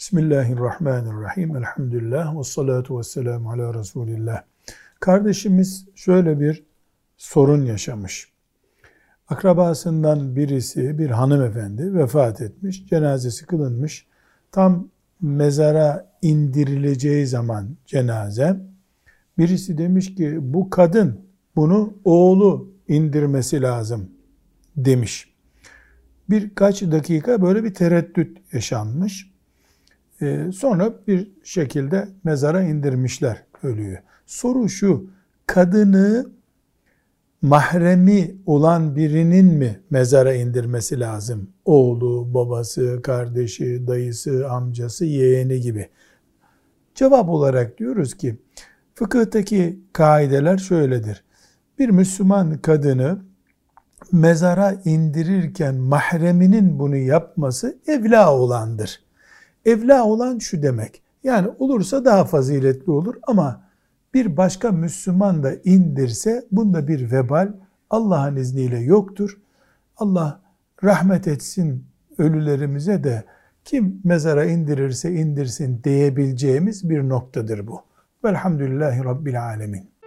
Bismillahirrahmanirrahim. Elhamdülillah ve salatu ve selamu ala Resulillah. Kardeşimiz şöyle bir sorun yaşamış. Akrabasından birisi, bir hanımefendi vefat etmiş, cenazesi kılınmış. Tam mezara indirileceği zaman cenaze, birisi demiş ki bu kadın bunu oğlu indirmesi lazım demiş. Birkaç dakika böyle bir tereddüt yaşanmış. Sonra bir şekilde mezara indirmişler ölüyü. Soru şu, kadını mahremi olan birinin mi mezara indirmesi lazım? Oğlu, babası, kardeşi, dayısı, amcası, yeğeni gibi. Cevap olarak diyoruz ki, fıkıhtaki kaideler şöyledir. Bir Müslüman kadını mezara indirirken mahreminin bunu yapması evla olandır. Evla olan şu demek, yani olursa daha faziletli olur ama bir başka Müslüman da indirse bunda bir vebal Allah'ın izniyle yoktur. Allah rahmet etsin ölülerimize de kim mezara indirirse indirsin diyebileceğimiz bir noktadır bu. Velhamdülillahi Rabbil alemin.